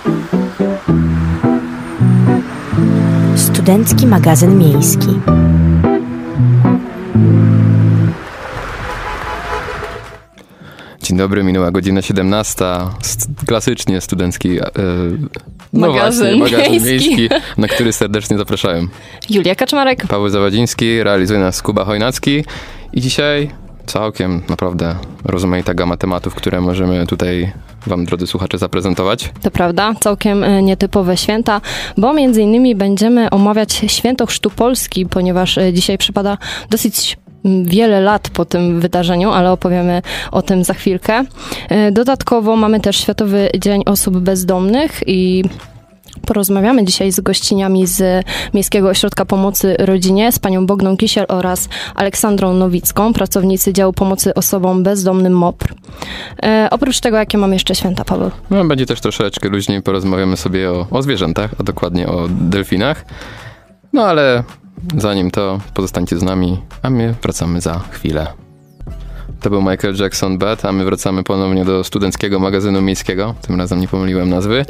Studencki magazyn miejski. Dzień dobry, minęła godzina 17. Klasycznie studencki magazyn miejski, na który serdecznie zapraszałem Julia Kaczmarek, Paweł Zawadziński, realizuje nas Kuba Chojnacki i dzisiaj całkiem naprawdę rozmaita gama tematów, które możemy tutaj wam, drodzy słuchacze, zaprezentować. To prawda, całkiem nietypowe święta, bo między innymi będziemy omawiać Święto Chrztu Polski, ponieważ dzisiaj przypada dosyć wiele lat po tym wydarzeniu, ale opowiemy o tym za chwilkę. Dodatkowo mamy też Światowy Dzień Osób Bezdomnych i porozmawiamy dzisiaj z gościniami z Miejskiego Ośrodka Pomocy Rodzinie, z panią Bogną Kisiel oraz Aleksandrą Nowicką, pracownicy działu pomocy osobom bezdomnym MOPR. Oprócz tego, jakie mam jeszcze święta, Paweł? No, będzie też troszeczkę luźniej, porozmawiamy sobie o zwierzętach, a dokładnie o delfinach. No ale zanim to, pozostańcie z nami, a my wracamy za chwilę. To był Michael Jackson Bad, a my wracamy ponownie do studenckiego magazynu miejskiego. Tym razem nie pomyliłem nazwy.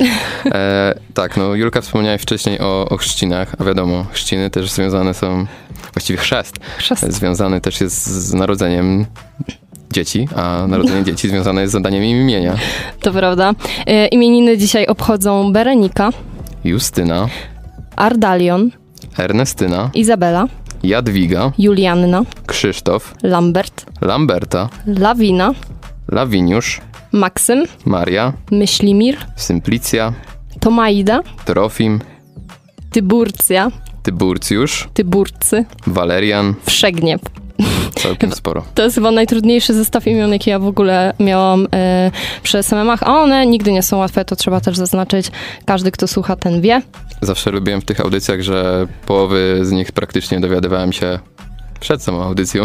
Tak, no Julka wspomniała wcześniej o chrzcinach, a wiadomo, chrzciny też związane są, właściwie chrzest. Związany też jest z narodzeniem dzieci, a narodzenie dzieci związane jest z zadaniem im imienia. To prawda. Imieniny dzisiaj obchodzą Berenika, Justyna, Ardalion, Ernestyna, Izabela, Jadwiga, Julianna, Krzysztof, Lambert, Lamberta, Lawina, Lawiniusz, Maksym, Maria, Myślimir, Symplicja, Tomaida, Trofim, Tyburcja, Tyburcjusz, Tyburcy, Walerian. Wszegniew. Całkiem sporo. To jest chyba najtrudniejszy zestaw imion, jaki ja w ogóle miałam przy SMM-ach, a one nigdy nie są łatwe, to trzeba też zaznaczyć. Każdy, kto słucha, ten wie. Zawsze lubiłem w tych audycjach, że połowy z nich praktycznie dowiadywałem się przed samą audycją.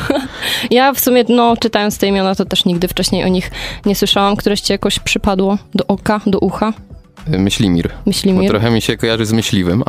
Ja w sumie, czytając te imiona, to też nigdy wcześniej o nich nie słyszałam. Któreś ci jakoś przypadło do oka, do ucha? Myślimir. Bo trochę mi się kojarzy z myśliwym,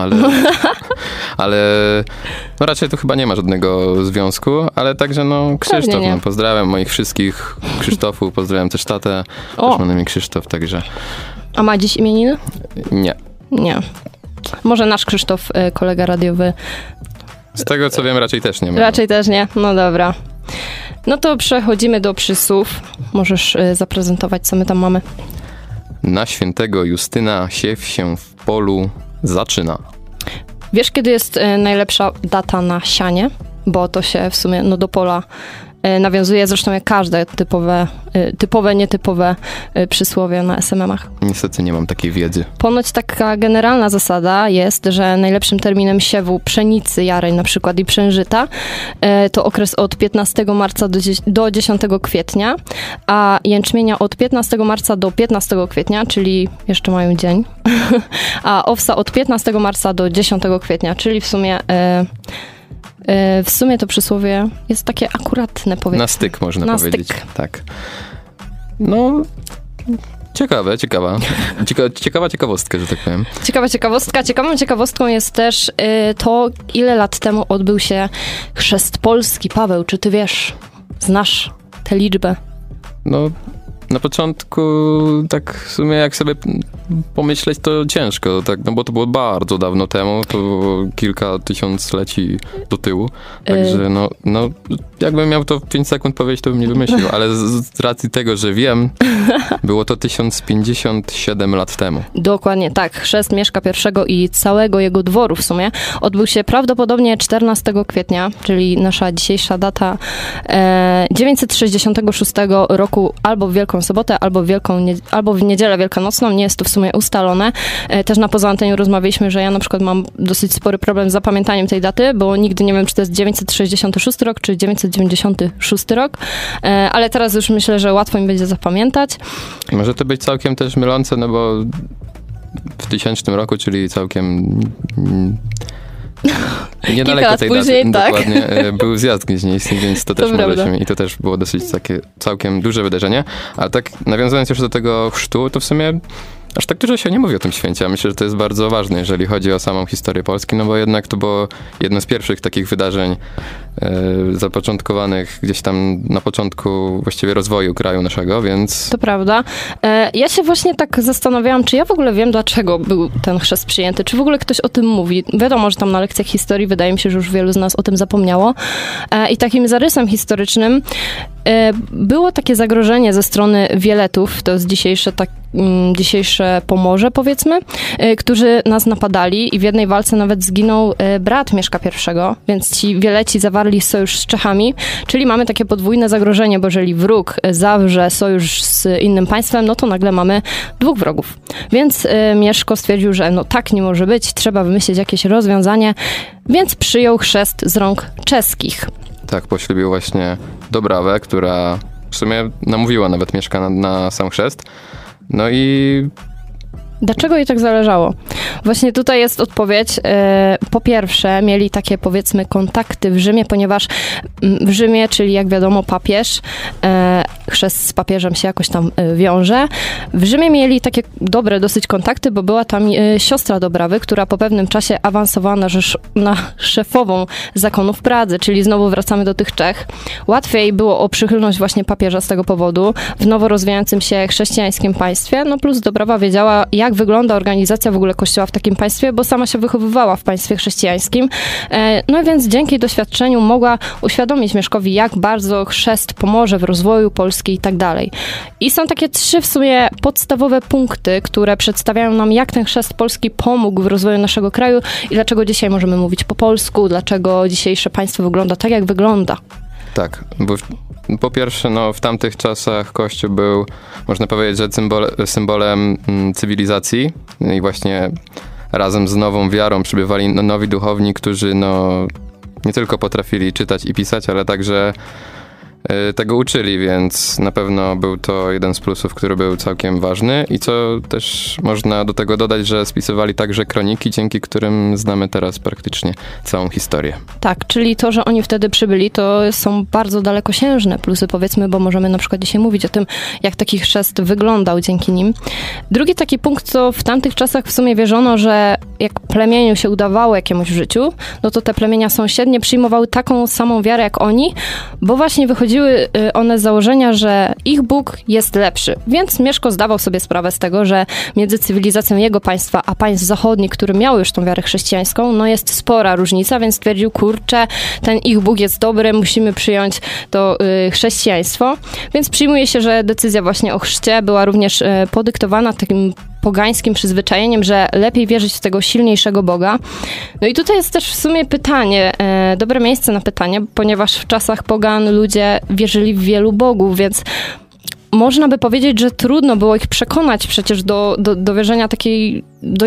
ale no raczej to chyba nie ma żadnego związku, ale także Krzysztof, pozdrawiam moich wszystkich Krzysztofów, pozdrawiam też tatę, też ma na imię Krzysztof, także. A ma dziś imieniny? Nie. Nie. Może nasz Krzysztof, kolega radiowy. Z tego co wiem, raczej też nie ma. Raczej też nie, no dobra. No to przechodzimy do przysłów. Możesz zaprezentować, co my tam mamy. Na świętego Justyna siew się w polu zaczyna. Wiesz, kiedy jest najlepsza data na sianie? Bo to się w sumie do pola nawiązuje, zresztą jak każde typowe, nietypowe przysłowie na SMM-ach. Niestety nie mam takiej wiedzy. Ponoć taka generalna zasada jest, że najlepszym terminem siewu pszenicy jarej na przykład i przężyta to okres od 15 marca do 10 kwietnia, a jęczmienia od 15 marca do 15 kwietnia, czyli jeszcze mają dzień, a owsa od 15 marca do 10 kwietnia, czyli w sumie to przysłowie jest takie akuratne, powiedzmy. Na styk można powiedzieć. Tak. Ciekawa ciekawostka, że tak powiem. Ciekawa ciekawostka. Ciekawą ciekawostką jest też to, ile lat temu odbył się Chrzest Polski. Paweł, czy ty wiesz, znasz tę liczbę? Na początku tak w sumie jak sobie pomyśleć, to ciężko, tak, bo to było bardzo dawno temu, to było kilka tysiącleci do tyłu, także jakbym miał to w 5 sekund powiedzieć, to bym nie wymyślił, ale z racji tego, że wiem, było to 1057 lat temu. Dokładnie, tak. Chrzest Mieszka I i całego jego dworu w sumie odbył się prawdopodobnie 14 kwietnia, czyli nasza dzisiejsza data 966 roku, albo w Wielką Sobotę, albo w Niedzielę Wielkanocną, nie jest to w sumie ustalone. Też na poza anteniu rozmawialiśmy, że ja na przykład mam dosyć spory problem z zapamiętaniem tej daty, bo nigdy nie wiem, czy to jest 966 rok, czy 996 rok, ale teraz już myślę, że łatwo mi będzie zapamiętać. Może to być całkiem też mylące, bo w 1000 roku, czyli całkiem niedaleko tej później, daty, tak. Dokładnie, był zjazd gnieźnieński, więc to też może się, i to też było dosyć takie całkiem duże wydarzenie, ale tak nawiązując jeszcze do tego chrztu, to w sumie aż tak dużo się nie mówi o tym święcie, a myślę, że to jest bardzo ważne, jeżeli chodzi o samą historię Polski, no bo jednak to było jedno z pierwszych takich wydarzeń zapoczątkowanych gdzieś tam na początku właściwie rozwoju kraju naszego, więc... To prawda. Ja się właśnie tak zastanawiałam, czy ja w ogóle wiem, dlaczego był ten chrzest przyjęty, czy w ogóle ktoś o tym mówi. Wiadomo, że tam na lekcjach historii wydaje mi się, że już wielu z nas o tym zapomniało. I takim zarysem historycznym było takie zagrożenie ze strony Wieletów, to jest dzisiejsze Pomorze, powiedzmy, którzy nas napadali i w jednej walce nawet zginął brat Mieszka I, więc ci Wieleci zawarli sojusz z Czechami, czyli mamy takie podwójne zagrożenie, bo jeżeli wróg zawrze sojusz z innym państwem, no to nagle mamy dwóch wrogów. Więc Mieszko stwierdził, że no tak nie może być, trzeba wymyślić jakieś rozwiązanie, więc przyjął chrzest z rąk czeskich. Tak, poślubił właśnie Dobrawę, która w sumie namówiła nawet Mieszka na sam chrzest. No i... Dlaczego jej tak zależało? Właśnie tutaj jest odpowiedź. Po pierwsze, mieli takie, powiedzmy, kontakty w Rzymie, ponieważ w Rzymie, czyli jak wiadomo papież, chrzest z papieżem się jakoś tam wiąże. W Rzymie mieli takie dobre dosyć kontakty, bo była tam siostra Dobrawy, która po pewnym czasie awansowała na szefową zakonu w Pradze, czyli znowu wracamy do tych Czech. Łatwiej było o przychylność właśnie papieża z tego powodu w nowo rozwijającym się chrześcijańskim państwie, no plus Dobrawa wiedziała, jak wygląda organizacja w ogóle kościoła w takim państwie, bo sama się wychowywała w państwie chrześcijańskim. No więc dzięki doświadczeniu mogła uświadomić Mieszkowi, jak bardzo chrzest pomoże w rozwoju Polski i tak dalej. I są takie 3 w sumie podstawowe punkty, które przedstawiają nam, jak ten chrzest polski pomógł w rozwoju naszego kraju i dlaczego dzisiaj możemy mówić po polsku, dlaczego dzisiejsze państwo wygląda tak, jak wygląda. Tak, bo po pierwsze, no, w tamtych czasach Kościół był, można powiedzieć, że symbolem cywilizacji i właśnie razem z nową wiarą przybywali nowi duchowni, którzy no, nie tylko potrafili czytać i pisać, ale także tego uczyli, więc na pewno był to jeden z plusów, który był całkiem ważny i co też można do tego dodać, że spisywali także kroniki, dzięki którym znamy teraz praktycznie całą historię. Tak, czyli to, że oni wtedy przybyli, to są bardzo dalekosiężne plusy, powiedzmy, bo możemy na przykład dzisiaj mówić o tym, jak taki chrzest wyglądał dzięki nim. Drugi taki punkt, to w tamtych czasach w sumie wierzono, że jak plemieniu się udawało jakiemuś w życiu, no to te plemienia sąsiednie przyjmowały taką samą wiarę jak oni, bo właśnie wychodziły one z założenia, że ich Bóg jest lepszy. Więc Mieszko zdawał sobie sprawę z tego, że między cywilizacją jego państwa, a państw zachodnich, które miały już tą wiarę chrześcijańską, no jest spora różnica, więc stwierdził, kurczę, ten ich Bóg jest dobry, musimy przyjąć to chrześcijaństwo. Więc przyjmuje się, że decyzja właśnie o chrzcie była również podyktowana takim pogańskim przyzwyczajeniem, że lepiej wierzyć w tego silniejszego Boga. No i tutaj jest też w sumie pytanie, dobre miejsce na pytanie, ponieważ w czasach pogan ludzie wierzyli w wielu bogów, więc można by powiedzieć, że trudno było ich przekonać przecież do wierzenia takiej,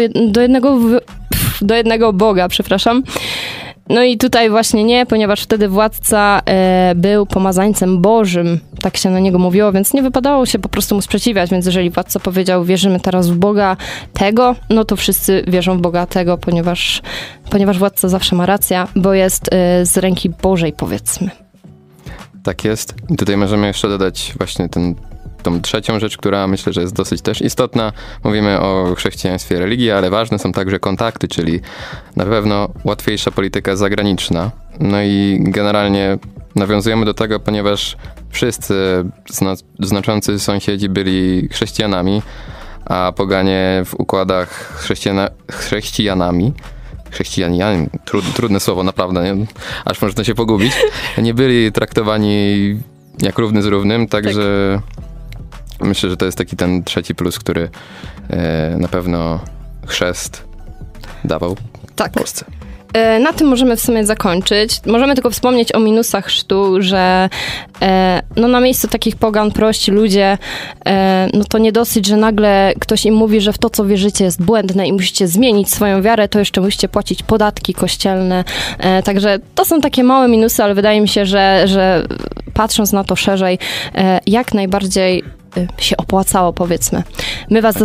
do jednego Boga, przepraszam. No i tutaj właśnie nie, ponieważ wtedy władca był pomazańcem Bożym, tak się na niego mówiło, więc nie wypadało się po prostu mu sprzeciwiać, więc jeżeli władca powiedział, wierzymy teraz w Boga tego, no to wszyscy wierzą w Boga tego, ponieważ władca zawsze ma rację, bo jest z ręki Bożej, powiedzmy. Tak jest. I tutaj możemy jeszcze dodać właśnie tą trzecią rzecz, która myślę, że jest dosyć też istotna. Mówimy o chrześcijaństwie religii, ale ważne są także kontakty, czyli na pewno łatwiejsza polityka zagraniczna. No i generalnie nawiązujemy do tego, ponieważ wszyscy znaczący sąsiedzi byli chrześcijanami, a poganie w układach chrześcijanami, trudne słowo, naprawdę, nie? Aż można się pogubić, nie byli traktowani jak równy z równym, także myślę, że to jest taki ten trzeci plus, który na pewno chrzest dawał Polsce. Na tym możemy w sumie zakończyć. Możemy tylko wspomnieć o minusach chrztu, że no na miejscu takich pogan prości ludzie, no to nie dosyć, że nagle ktoś im mówi, że w to, co wierzycie, jest błędne i musicie zmienić swoją wiarę, to jeszcze musicie płacić podatki kościelne. Także to są takie małe minusy, ale wydaje mi się, że patrząc na to szerzej, jak najbardziej się opłacało, powiedzmy. My was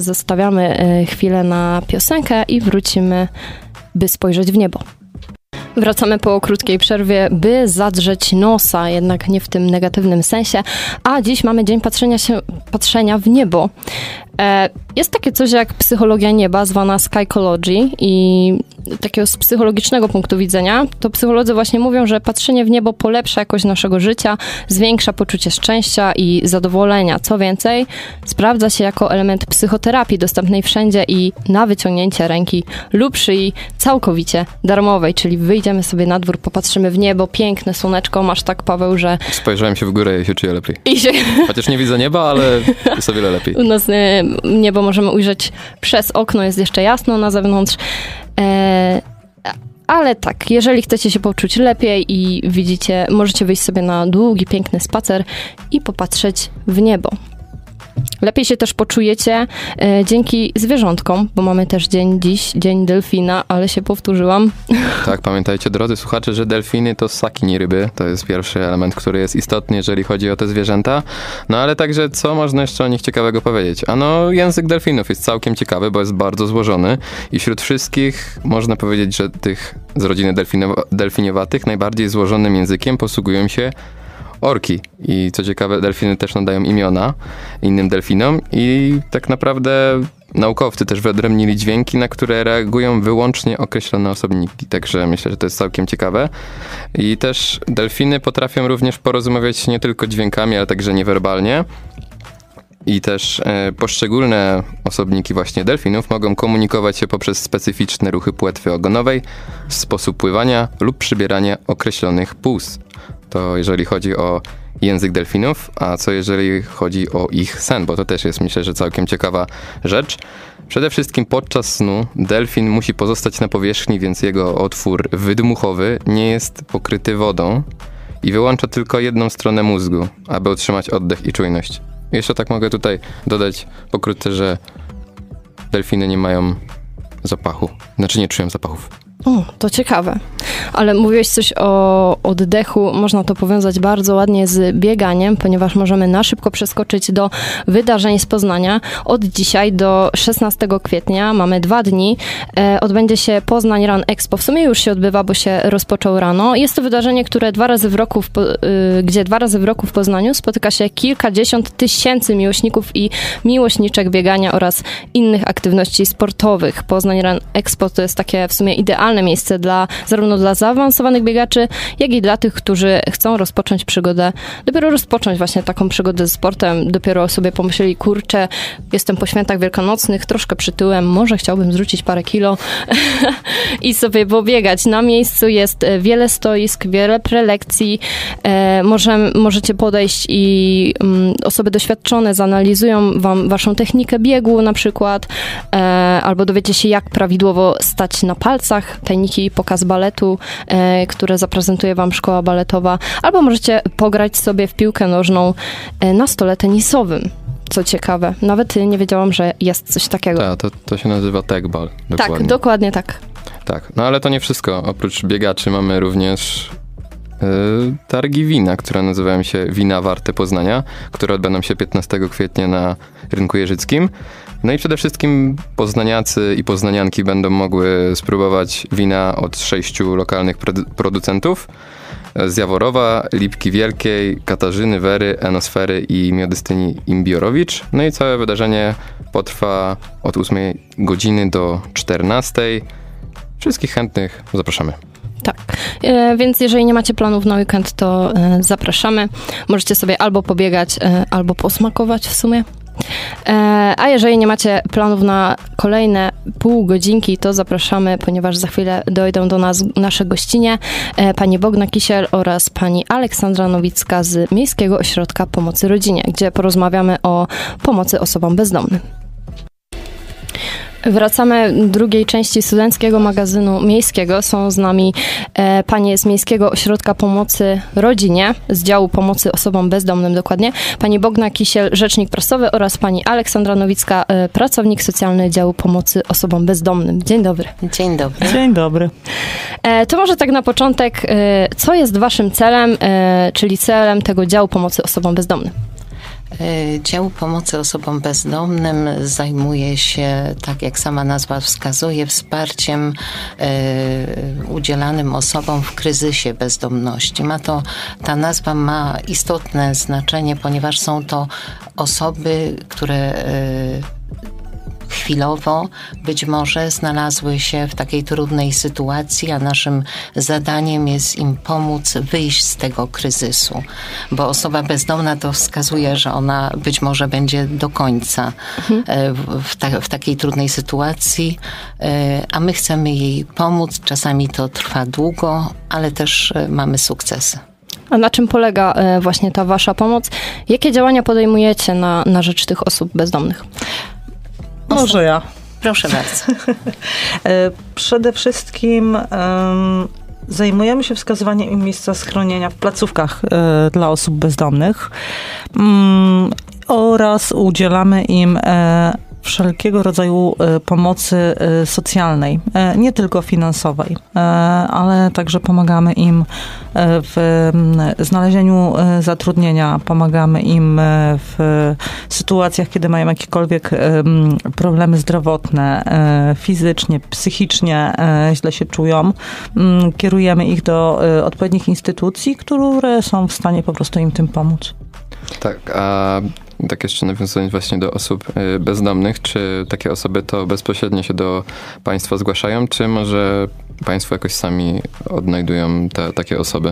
zostawiamy chwilę na piosenkę i wrócimy, by spojrzeć w niebo. Wracamy po krótkiej przerwie, by zadrzeć nosa, jednak nie w tym negatywnym sensie. A dziś mamy dzień patrzenia w niebo. Jest takie coś jak psychologia nieba, zwana Skycology, i takiego z psychologicznego punktu widzenia, to psycholodzy właśnie mówią, że patrzenie w niebo polepsza jakość naszego życia, zwiększa poczucie szczęścia i zadowolenia. Co więcej, sprawdza się jako element psychoterapii dostępnej wszędzie i na wyciągnięcie ręki lub szyi całkowicie darmowej, czyli wyjdziemy sobie na dwór, popatrzymy w niebo, piękne słoneczko, masz tak, Paweł, że... Spojrzałem się w górę i się czuję lepiej. I Chociaż nie widzę nieba, ale jest o wiele lepiej. U nas niebo możemy ujrzeć przez okno, jest jeszcze jasno na zewnątrz. Ale tak, jeżeli chcecie się poczuć lepiej i widzicie, możecie wyjść sobie na długi, piękny spacer i popatrzeć w niebo. Lepiej się też poczujecie dzięki zwierzątkom, bo mamy też dzień delfina, ale się powtórzyłam. Tak, pamiętajcie, drodzy słuchacze, że delfiny to ssaki ryby. To jest pierwszy element, który jest istotny, jeżeli chodzi o te zwierzęta. No ale także, co można jeszcze o nich ciekawego powiedzieć? Ano, język delfinów jest całkiem ciekawy, bo jest bardzo złożony i wśród wszystkich można powiedzieć, że tych z rodziny delfiniowatych najbardziej złożonym językiem posługują się orki. I co ciekawe, delfiny też nadają imiona innym delfinom i tak naprawdę naukowcy też wyodrębnili dźwięki, na które reagują wyłącznie określone osobniki. Także myślę, że to jest całkiem ciekawe. I też delfiny potrafią również porozmawiać nie tylko dźwiękami, ale także niewerbalnie. I też poszczególne osobniki właśnie delfinów mogą komunikować się poprzez specyficzne ruchy płetwy ogonowej, sposób pływania lub przybierania określonych pós. To jeżeli chodzi o język delfinów, a co jeżeli chodzi o ich sen, bo to też jest, myślę, że całkiem ciekawa rzecz. Przede wszystkim podczas snu delfin musi pozostać na powierzchni, więc jego otwór wydmuchowy nie jest pokryty wodą i wyłącza tylko jedną stronę mózgu, aby utrzymać oddech i czujność. Jeszcze tak mogę tutaj dodać pokrótce, że delfiny nie mają zapachu, znaczy nie czują zapachów. O, to ciekawe. Ale mówiłeś coś o oddechu. Można to powiązać bardzo ładnie z bieganiem, ponieważ możemy na szybko przeskoczyć do wydarzeń z Poznania. Od dzisiaj do 16 kwietnia mamy 2 dni. Odbędzie się Poznań Run Expo. W sumie już się odbywa, bo się rozpoczął rano. Jest to wydarzenie, które 2 razy w roku gdzie 2 razy w roku w Poznaniu spotyka się kilkadziesiąt tysięcy miłośników i miłośniczek biegania oraz innych aktywności sportowych. Poznań Run Expo to jest takie w sumie idealne miejsce zarówno dla zaawansowanych biegaczy, jak i dla tych, którzy chcą rozpocząć przygodę, dopiero rozpocząć właśnie taką przygodę ze sportem, dopiero sobie pomyśleli, kurczę, jestem po świętach wielkanocnych, troszkę przytyłem, może chciałbym zrzucić parę kilo i sobie pobiegać. Na miejscu jest wiele stoisk, wiele prelekcji, możecie podejść i osoby doświadczone zanalizują wam waszą technikę biegu na przykład, albo dowiecie się, jak prawidłowo stać na palcach, tajniki, pokaz baletu, które zaprezentuje wam szkoła baletowa, albo możecie pograć sobie w piłkę nożną na stole tenisowym. Co ciekawe, nawet nie wiedziałam, że jest coś takiego. Tak, to się nazywa tegball. Dokładnie. Tak, dokładnie tak. Tak, no ale to nie wszystko. Oprócz biegaczy mamy również targi wina, które nazywają się Wina Warte Poznania, które odbędą się 15 kwietnia na Rynku Jeżyckim. No i przede wszystkim poznaniacy i poznanianki będą mogły spróbować wina od 6 lokalnych producentów z Jaworowa, Lipki Wielkiej, Katarzyny, Wery, Enosfery i Miodystyni Imbiorowicz. No i całe wydarzenie potrwa od 8 godziny do 14. Wszystkich chętnych zapraszamy. Tak, więc jeżeli nie macie planów na weekend, to zapraszamy. Możecie sobie albo pobiegać, albo posmakować w sumie. A jeżeli nie macie planów na kolejne pół godzinki, to zapraszamy, ponieważ za chwilę dojdą do nas nasze gościnie, pani Bogna Kisiel oraz pani Aleksandra Nowicka z Miejskiego Ośrodka Pomocy Rodzinie, gdzie porozmawiamy o pomocy osobom bezdomnym. Wracamy do drugiej części studenckiego magazynu miejskiego. Są z nami panie z Miejskiego Ośrodka Pomocy Rodzinie, z działu pomocy osobom bezdomnym dokładnie, pani Bogna Kisiel, rzecznik prasowy oraz pani Aleksandra Nowicka, pracownik socjalny działu pomocy osobom bezdomnym. Dzień dobry. Dzień dobry. Dzień dobry. To może tak na początek, co jest waszym celem, czyli celem tego działu pomocy osobom bezdomnym? Dział Pomocy Osobom Bezdomnym zajmuje się, tak jak sama nazwa wskazuje, wsparciem udzielanym osobom w kryzysie bezdomności. Ta nazwa ma istotne znaczenie, ponieważ są to osoby, które chwilowo być może znalazły się w takiej trudnej sytuacji, a naszym zadaniem jest im pomóc wyjść z tego kryzysu. Bo osoba bezdomna to wskazuje, że ona być może będzie do końca w takiej trudnej sytuacji, a my chcemy jej pomóc. Czasami to trwa długo, ale też mamy sukcesy. A na czym polega właśnie ta wasza pomoc? Jakie działania podejmujecie na rzecz tych osób bezdomnych? Może ja. Proszę bardzo. Przede wszystkim zajmujemy się wskazywaniem im miejsca schronienia w placówkach dla osób bezdomnych oraz udzielamy im wszelkiego rodzaju pomocy socjalnej, nie tylko finansowej, ale także pomagamy im w znalezieniu zatrudnienia, pomagamy im w sytuacjach, kiedy mają jakiekolwiek problemy zdrowotne, fizycznie, psychicznie źle się czują. Kierujemy ich do odpowiednich instytucji, które są w stanie po prostu im tym pomóc. Tak, a tak jeszcze nawiązując właśnie do osób bezdomnych, czy takie osoby to bezpośrednio się do państwa zgłaszają, czy może państwo jakoś sami odnajdują takie osoby?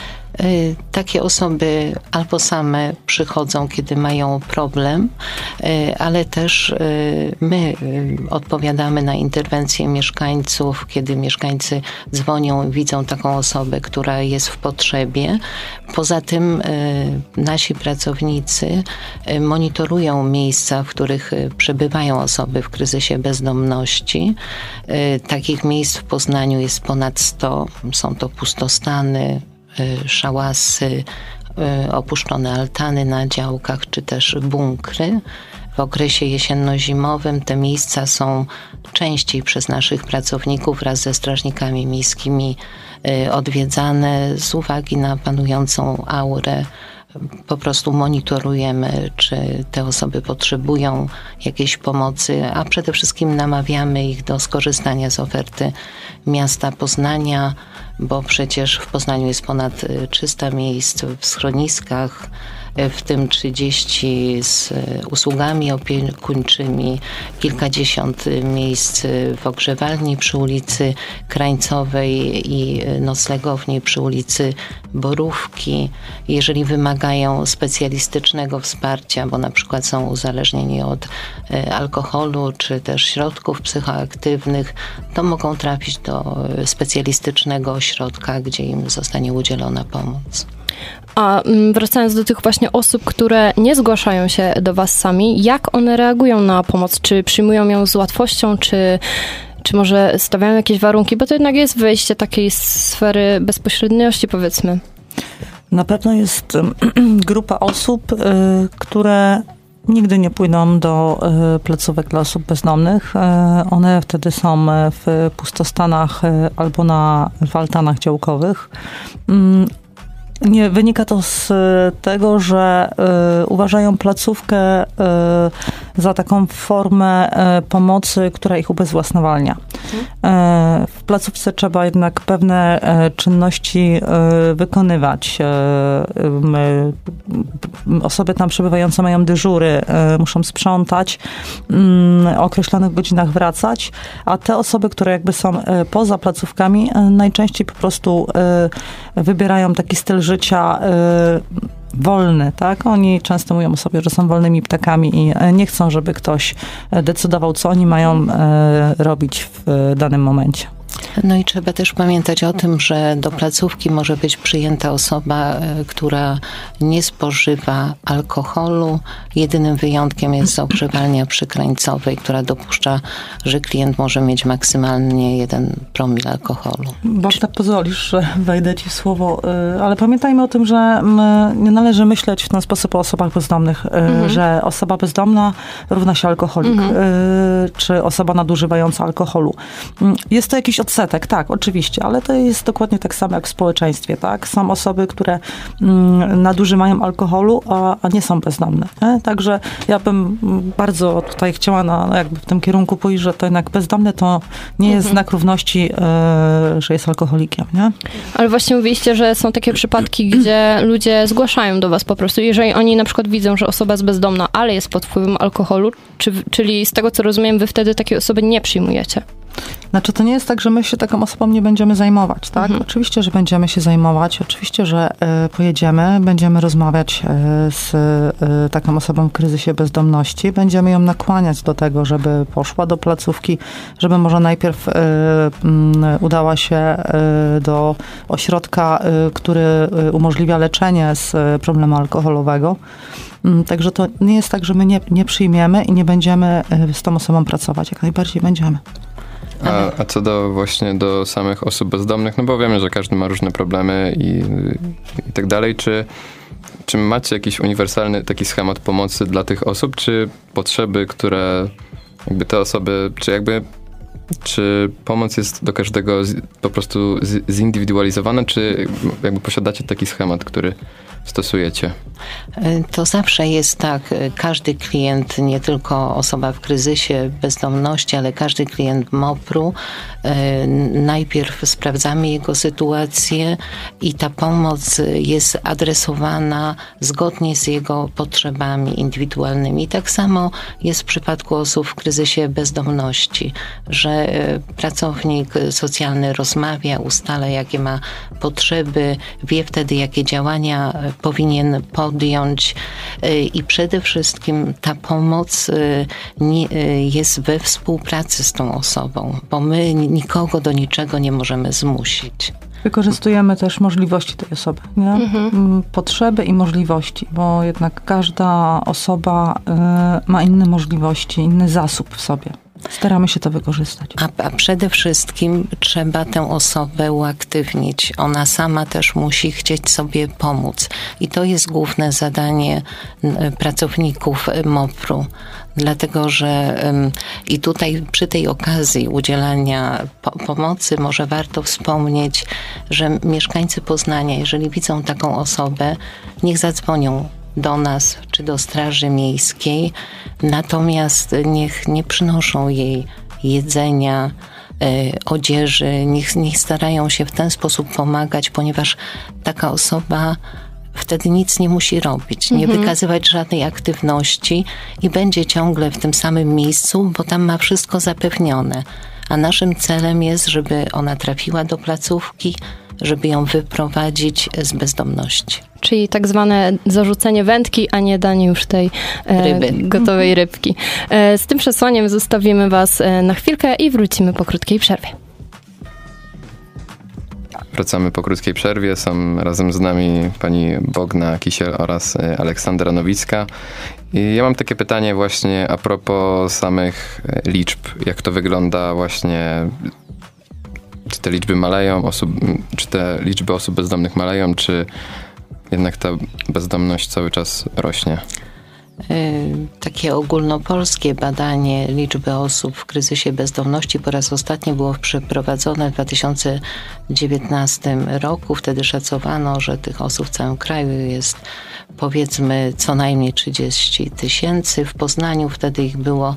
Takie osoby albo same przychodzą, kiedy mają problem, ale też my odpowiadamy na interwencje mieszkańców, kiedy mieszkańcy dzwonią i widzą taką osobę, która jest w potrzebie. Poza tym nasi pracownicy monitorują miejsca, w których przebywają osoby w kryzysie bezdomności. Takich miejsc w Poznaniu jest ponad 100. Są to pustostany, szałasy, opuszczone altany na działkach, czy też bunkry. W okresie jesienno-zimowym te miejsca są częściej przez naszych pracowników wraz ze strażnikami miejskimi odwiedzane z uwagi na panującą aurę. Po prostu monitorujemy, czy te osoby potrzebują jakiejś pomocy, a przede wszystkim namawiamy ich do skorzystania z oferty miasta Poznania, bo przecież w Poznaniu jest ponad 300 miejsc w schroniskach, w tym 30 z usługami opiekuńczymi, kilkadziesiąt miejsc w ogrzewalni przy ulicy Krańcowej i noclegowni przy ulicy Borówki. Jeżeli wymagają specjalistycznego wsparcia, bo na przykład są uzależnieni od alkoholu czy też środków psychoaktywnych, to mogą trafić do specjalistycznego ośrodka, gdzie im zostanie udzielona pomoc. A wracając do tych właśnie osób, które nie zgłaszają się do was sami, jak one reagują na pomoc? Czy przyjmują ją z łatwością, czy może stawiają jakieś warunki? Bo to jednak jest wejście takiej sfery bezpośredniości, powiedzmy. Na pewno jest grupa osób, które nigdy nie pójdą do placówek dla osób bezdomnych. One wtedy są w pustostanach albo w altanach działkowych. Nie, wynika to z tego, że uważają placówkę za taką formę pomocy, która ich ubezwłasnowalnia. W placówce trzeba jednak pewne czynności wykonywać. Osoby tam przebywające mają dyżury, muszą sprzątać, o określonych godzinach wracać, a te osoby, które jakby są poza placówkami, najczęściej po prostu wybierają taki styl życia wolny, tak? Oni często mówią o sobie, że są wolnymi ptakami i nie chcą, żeby ktoś decydował, co oni mają robić w danym momencie. No i trzeba też pamiętać o tym, że do placówki może być przyjęta osoba, która nie spożywa alkoholu. Jedynym wyjątkiem jest ogrzewalnia przy Krańcowej, która dopuszcza, że klient może mieć maksymalnie 1 promil alkoholu. Barta, pozwolisz, że wejdę ci w słowo, ale pamiętajmy o tym, że nie należy myśleć w ten sposób o osobach bezdomnych, że osoba bezdomna równa się alkoholik, czy osoba nadużywająca alkoholu. Jest to jakiś odsetek odsetek, tak, oczywiście, ale to jest dokładnie tak samo jak w społeczeństwie, tak? Są osoby, które nadużywają alkoholu, a nie są bezdomne. Nie? Także ja bym bardzo tutaj chciała jakby w tym kierunku pójść, że to jednak bezdomny to nie jest znak równości, że jest alkoholikiem, nie? Ale właśnie mówiliście, że są takie przypadki, gdzie ludzie zgłaszają do was po prostu, jeżeli oni na przykład widzą, że osoba jest bezdomna, ale jest pod wpływem alkoholu, czyli z tego co rozumiem, wy wtedy takiej osoby nie przyjmujecie. Znaczy, to nie jest tak, że my się taką osobą nie będziemy zajmować, tak? Oczywiście, że będziemy się zajmować, oczywiście, że pojedziemy, będziemy rozmawiać z taką osobą w kryzysie bezdomności, będziemy ją nakłaniać do tego, żeby poszła do placówki, żeby może najpierw udała się do ośrodka, który umożliwia leczenie z problemu alkoholowego. Także to nie jest tak, że my nie przyjmiemy i nie będziemy z tą osobą pracować. Jak najbardziej będziemy. A co właśnie do samych osób bezdomnych, no bo wiemy, że każdy ma różne problemy i tak dalej. Czy macie jakiś uniwersalny taki schemat pomocy dla tych osób, czy potrzeby, które jakby te osoby, czy pomoc jest do każdego po prostu zindywidualizowana, czy jakby posiadacie taki schemat, który stosujecie? To zawsze jest tak, każdy klient, nie tylko osoba w kryzysie bezdomności, ale każdy klient MOPR-u, najpierw sprawdzamy jego sytuację i ta pomoc jest adresowana zgodnie z jego potrzebami indywidualnymi. Tak samo jest w przypadku osób w kryzysie bezdomności, że pracownik socjalny rozmawia, ustala jakie ma potrzeby, wie wtedy jakie działania powinien podjąć i przede wszystkim ta pomoc jest we współpracy z tą osobą, bo my nikogo do niczego nie możemy zmusić. Wykorzystujemy też możliwości tej osoby, nie? Potrzeby i możliwości, bo jednak każda osoba ma inne możliwości, inny zasób w sobie. Staramy się to wykorzystać. A przede wszystkim trzeba tę osobę uaktywnić. Ona sama też musi chcieć sobie pomóc. I to jest główne zadanie pracowników MOPR-u. Dlatego, że i tutaj przy tej okazji udzielania pomocy może warto wspomnieć, że mieszkańcy Poznania, jeżeli widzą taką osobę, niech zadzwonią do nas czy do Straży Miejskiej, natomiast niech nie przynoszą jej jedzenia, odzieży, niech starają się w ten sposób pomagać, ponieważ taka osoba wtedy nic nie musi robić, nie wykazywać żadnej aktywności i będzie ciągle w tym samym miejscu, bo tam ma wszystko zapewnione. A naszym celem jest, żeby ona trafiła do placówki, żeby ją wyprowadzić z bezdomności. Czyli tak zwane zarzucenie wędki, a nie danie już tej gotowej rybki. Z tym przesłaniem zostawimy was na chwilkę i wrócimy po krótkiej przerwie. Wracamy po krótkiej przerwie. Są razem z nami pani Bogna Kisiel oraz Aleksandra Nowicka. I ja mam takie pytanie właśnie a propos samych liczb. Jak to wygląda właśnie? Czy te liczby maleją, czy te liczby osób bezdomnych maleją, czy jednak ta bezdomność cały czas rośnie? Takie ogólnopolskie badanie liczby osób w kryzysie bezdomności po raz ostatni było przeprowadzone w 2019 roku. Wtedy szacowano, że tych osób w całym kraju jest powiedzmy co najmniej 30 000. W Poznaniu wtedy ich było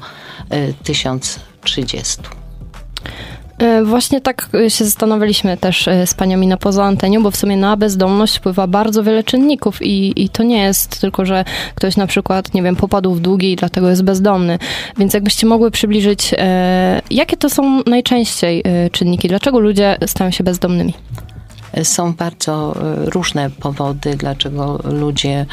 1030. Właśnie tak się zastanawialiśmy też z paniami poza antenią, bo w sumie na bezdomność wpływa bardzo wiele czynników i to nie jest tylko, że ktoś na przykład, nie wiem, popadł w długi i dlatego jest bezdomny. Więc jakbyście mogły przybliżyć, jakie to są najczęściej czynniki? Dlaczego ludzie stają się bezdomnymi? Są bardzo różne powody, dlaczego ludzie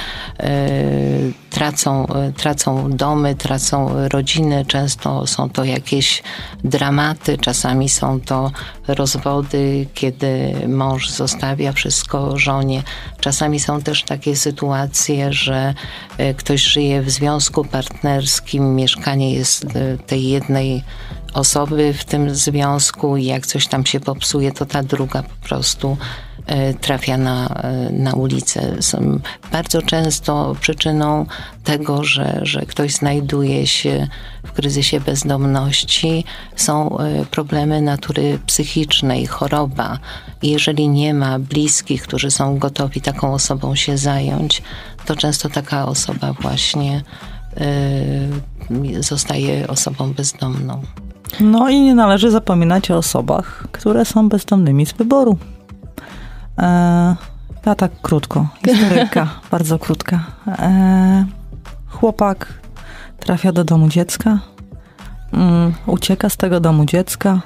tracą domy, tracą rodziny. Często są to jakieś dramaty, czasami są to rozwody, kiedy mąż zostawia wszystko żonie. Czasami są też takie sytuacje, że ktoś żyje w związku partnerskim, mieszkanie jest tej jednej osoby w tym związku i jak coś tam się popsuje, to ta druga po prostu trafia na ulicę. Są bardzo często przyczyną tego, że ktoś znajduje się w kryzysie bezdomności, są problemy natury psychicznej, choroba. Jeżeli nie ma bliskich, którzy są gotowi taką osobą się zająć, to często taka osoba właśnie zostaje osobą bezdomną. No i nie należy zapominać o osobach, które są bezdomnymi z wyboru. Ja tak krótko, historyjka, bardzo krótka. Chłopak trafia do domu dziecka, ucieka z tego domu dziecka,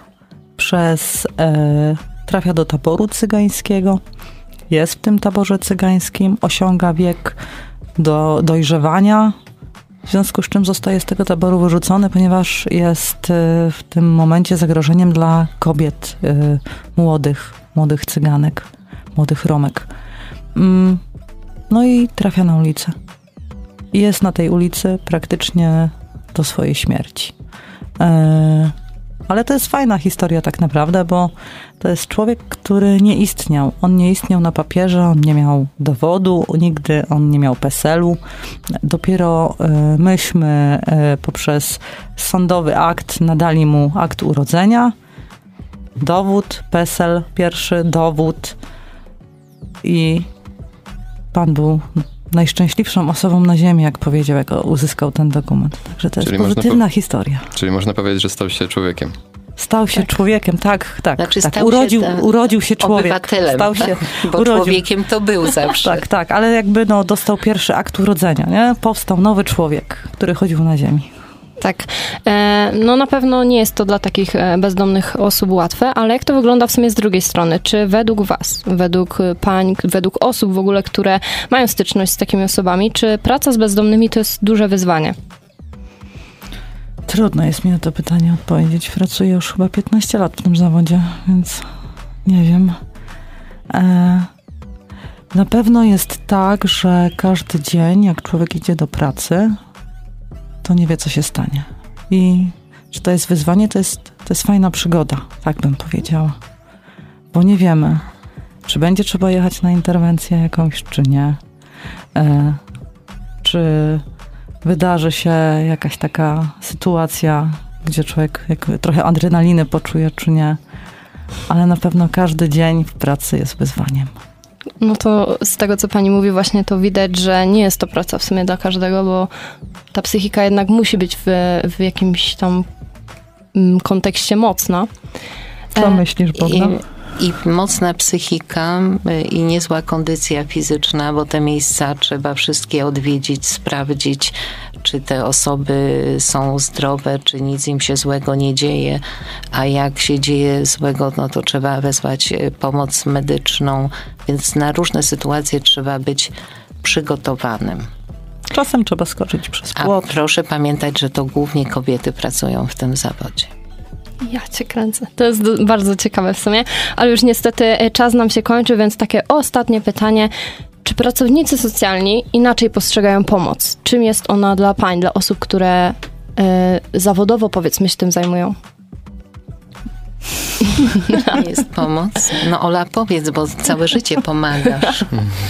trafia do taboru cygańskiego, jest w tym taborze cygańskim, osiąga wiek do dojrzewania, w związku z czym zostaje z tego taboru wyrzucony, ponieważ jest w tym momencie zagrożeniem dla kobiet młodych cyganek, młodych Romek. No i trafia na ulicę. I jest na tej ulicy praktycznie do swojej śmierci. Ale to jest fajna historia tak naprawdę, bo to jest człowiek, który nie istniał. On nie istniał na papierze, on nie miał dowodu, nigdy on nie miał PESEL-u. Dopiero myśmy poprzez sądowy akt nadali mu akt urodzenia, dowód, PESEL, pierwszy dowód i pan był najszczęśliwszą osobą na ziemi, jak powiedział, jak uzyskał ten dokument. Także to jest pozytywna historia. Czyli można powiedzieć, że stał się człowiekiem. Stał się człowiekiem, tak. Znaczy tak. Urodził się człowiek. Obywatelem, stał się, bo człowiekiem to był zawsze. Tak, ale jakby dostał pierwszy akt urodzenia, nie? Powstał nowy człowiek, który chodził na ziemi. Tak. No na pewno nie jest to dla takich bezdomnych osób łatwe, ale jak to wygląda w sumie z drugiej strony? Czy według was, według pań, według osób w ogóle, które mają styczność z takimi osobami, czy praca z bezdomnymi to jest duże wyzwanie? Trudno jest mi na to pytanie odpowiedzieć. Pracuję już chyba 15 lat w tym zawodzie, więc nie wiem. Na pewno jest tak, że każdy dzień, jak człowiek idzie do pracy, to nie wie, co się stanie. I czy to jest wyzwanie, to jest fajna przygoda, tak bym powiedziała. Bo nie wiemy, czy będzie trzeba jechać na interwencję jakąś, czy nie. Czy wydarzy się jakaś taka sytuacja, gdzie człowiek trochę adrenaliny poczuje, czy nie. Ale na pewno każdy dzień w pracy jest wyzwaniem. No to z tego, co pani mówi, właśnie to widać, że nie jest to praca w sumie dla każdego, bo ta psychika jednak musi być w jakimś tam kontekście mocna. Co myślisz, Bogna? I mocna psychika i niezła kondycja fizyczna, bo te miejsca trzeba wszystkie odwiedzić, sprawdzić, czy te osoby są zdrowe, czy nic im się złego nie dzieje, a jak się dzieje złego, no to trzeba wezwać pomoc medyczną, więc na różne sytuacje trzeba być przygotowanym. Czasem trzeba skoczyć przez płot. A proszę pamiętać, że to głównie kobiety pracują w tym zawodzie. Ja cię kręcę. To jest bardzo ciekawe w sumie, ale już niestety czas nam się kończy, więc takie ostatnie pytanie. Czy pracownicy socjalni inaczej postrzegają pomoc? Czym jest ona dla pań, dla osób, które zawodowo, powiedzmy, się tym zajmują? Nie jest pomoc? No Ola, powiedz, bo całe życie pomagasz.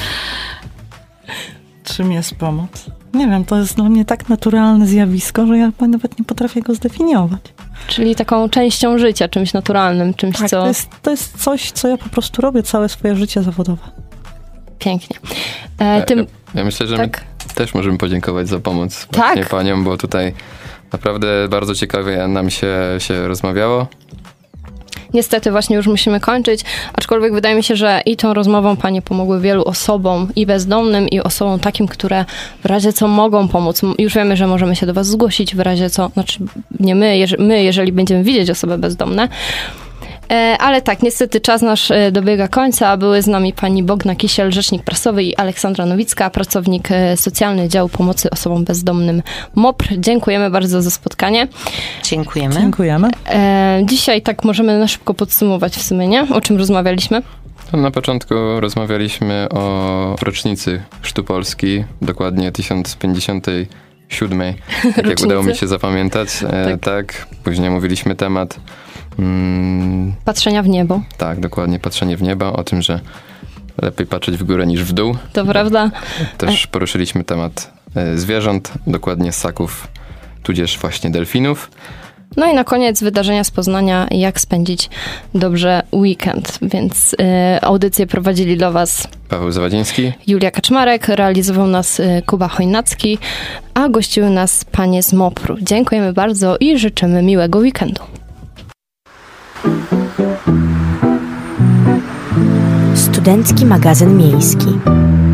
Czym jest pomoc? Nie wiem, to jest dla mnie tak naturalne zjawisko, że ja nawet nie potrafię go zdefiniować. Czyli taką częścią życia, czymś naturalnym, czymś, tak, co... To jest coś, co ja po prostu robię całe swoje życie zawodowe. Pięknie. Ja myślę, że tak. my też możemy podziękować za pomoc tak. paniom, bo tutaj naprawdę bardzo ciekawie nam się rozmawiało. Niestety właśnie już musimy kończyć, aczkolwiek wydaje mi się, że i tą rozmową panie pomogły wielu osobom, i bezdomnym, i osobom takim, które w razie co mogą pomóc. Już wiemy, że możemy się do was zgłosić w razie co, znaczy nie my, jeżeli będziemy widzieć osoby bezdomne. Ale tak, niestety czas nasz dobiega końca. Były z nami pani Bogna Kisiel, rzecznik prasowy, i Aleksandra Nowicka, pracownik socjalny Działu Pomocy Osobom Bezdomnym MOPR. Dziękujemy bardzo za spotkanie. Dziękujemy. Dzisiaj tak możemy na szybko podsumować w sumie, nie? O czym rozmawialiśmy? Na początku rozmawialiśmy o rocznicy Chrztu Polski, dokładnie 1057, jak udało mi się zapamiętać. Tak. Później mówiliśmy temat patrzenia w niebo. Tak, dokładnie, patrzenie w niebo, o tym, że lepiej patrzeć w górę niż w dół. To prawda. Też poruszyliśmy temat zwierząt, dokładnie ssaków, tudzież właśnie delfinów. No i na koniec wydarzenia z Poznania, jak spędzić dobrze weekend. Więc audycję prowadzili dla Was Paweł Zawadziński, Julia Kaczmarek, realizował nas Kuba Chojnacki, a gościły nas panie z MOPR-u. Dziękujemy bardzo i życzymy miłego weekendu. Studencki magazyn miejski.